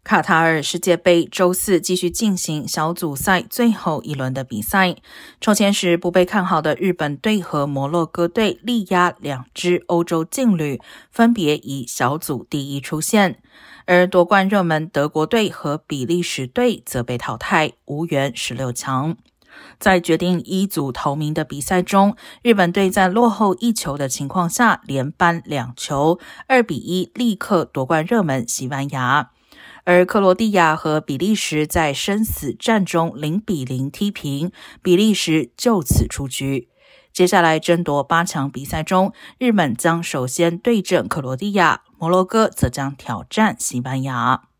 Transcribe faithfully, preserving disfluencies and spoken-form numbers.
卡塔尔世界杯周四继续进行小组赛最后一轮的比赛，抽签时不被看好的日本队和摩洛哥队力压两支欧洲劲旅，分别以小组第一出现，而夺冠热门德国队和比利时队则被淘汰，无缘十六强。在决定一组头名的比赛中，日本队在落后一球的情况下连扳两球，二比一立刻夺冠热门西班牙。而克罗地亚和比利时在生死战中零比零踢平，比利时就此出局。接下来争夺八强比赛中，日本将首先对阵克罗地亚，摩洛哥则将挑战西班牙。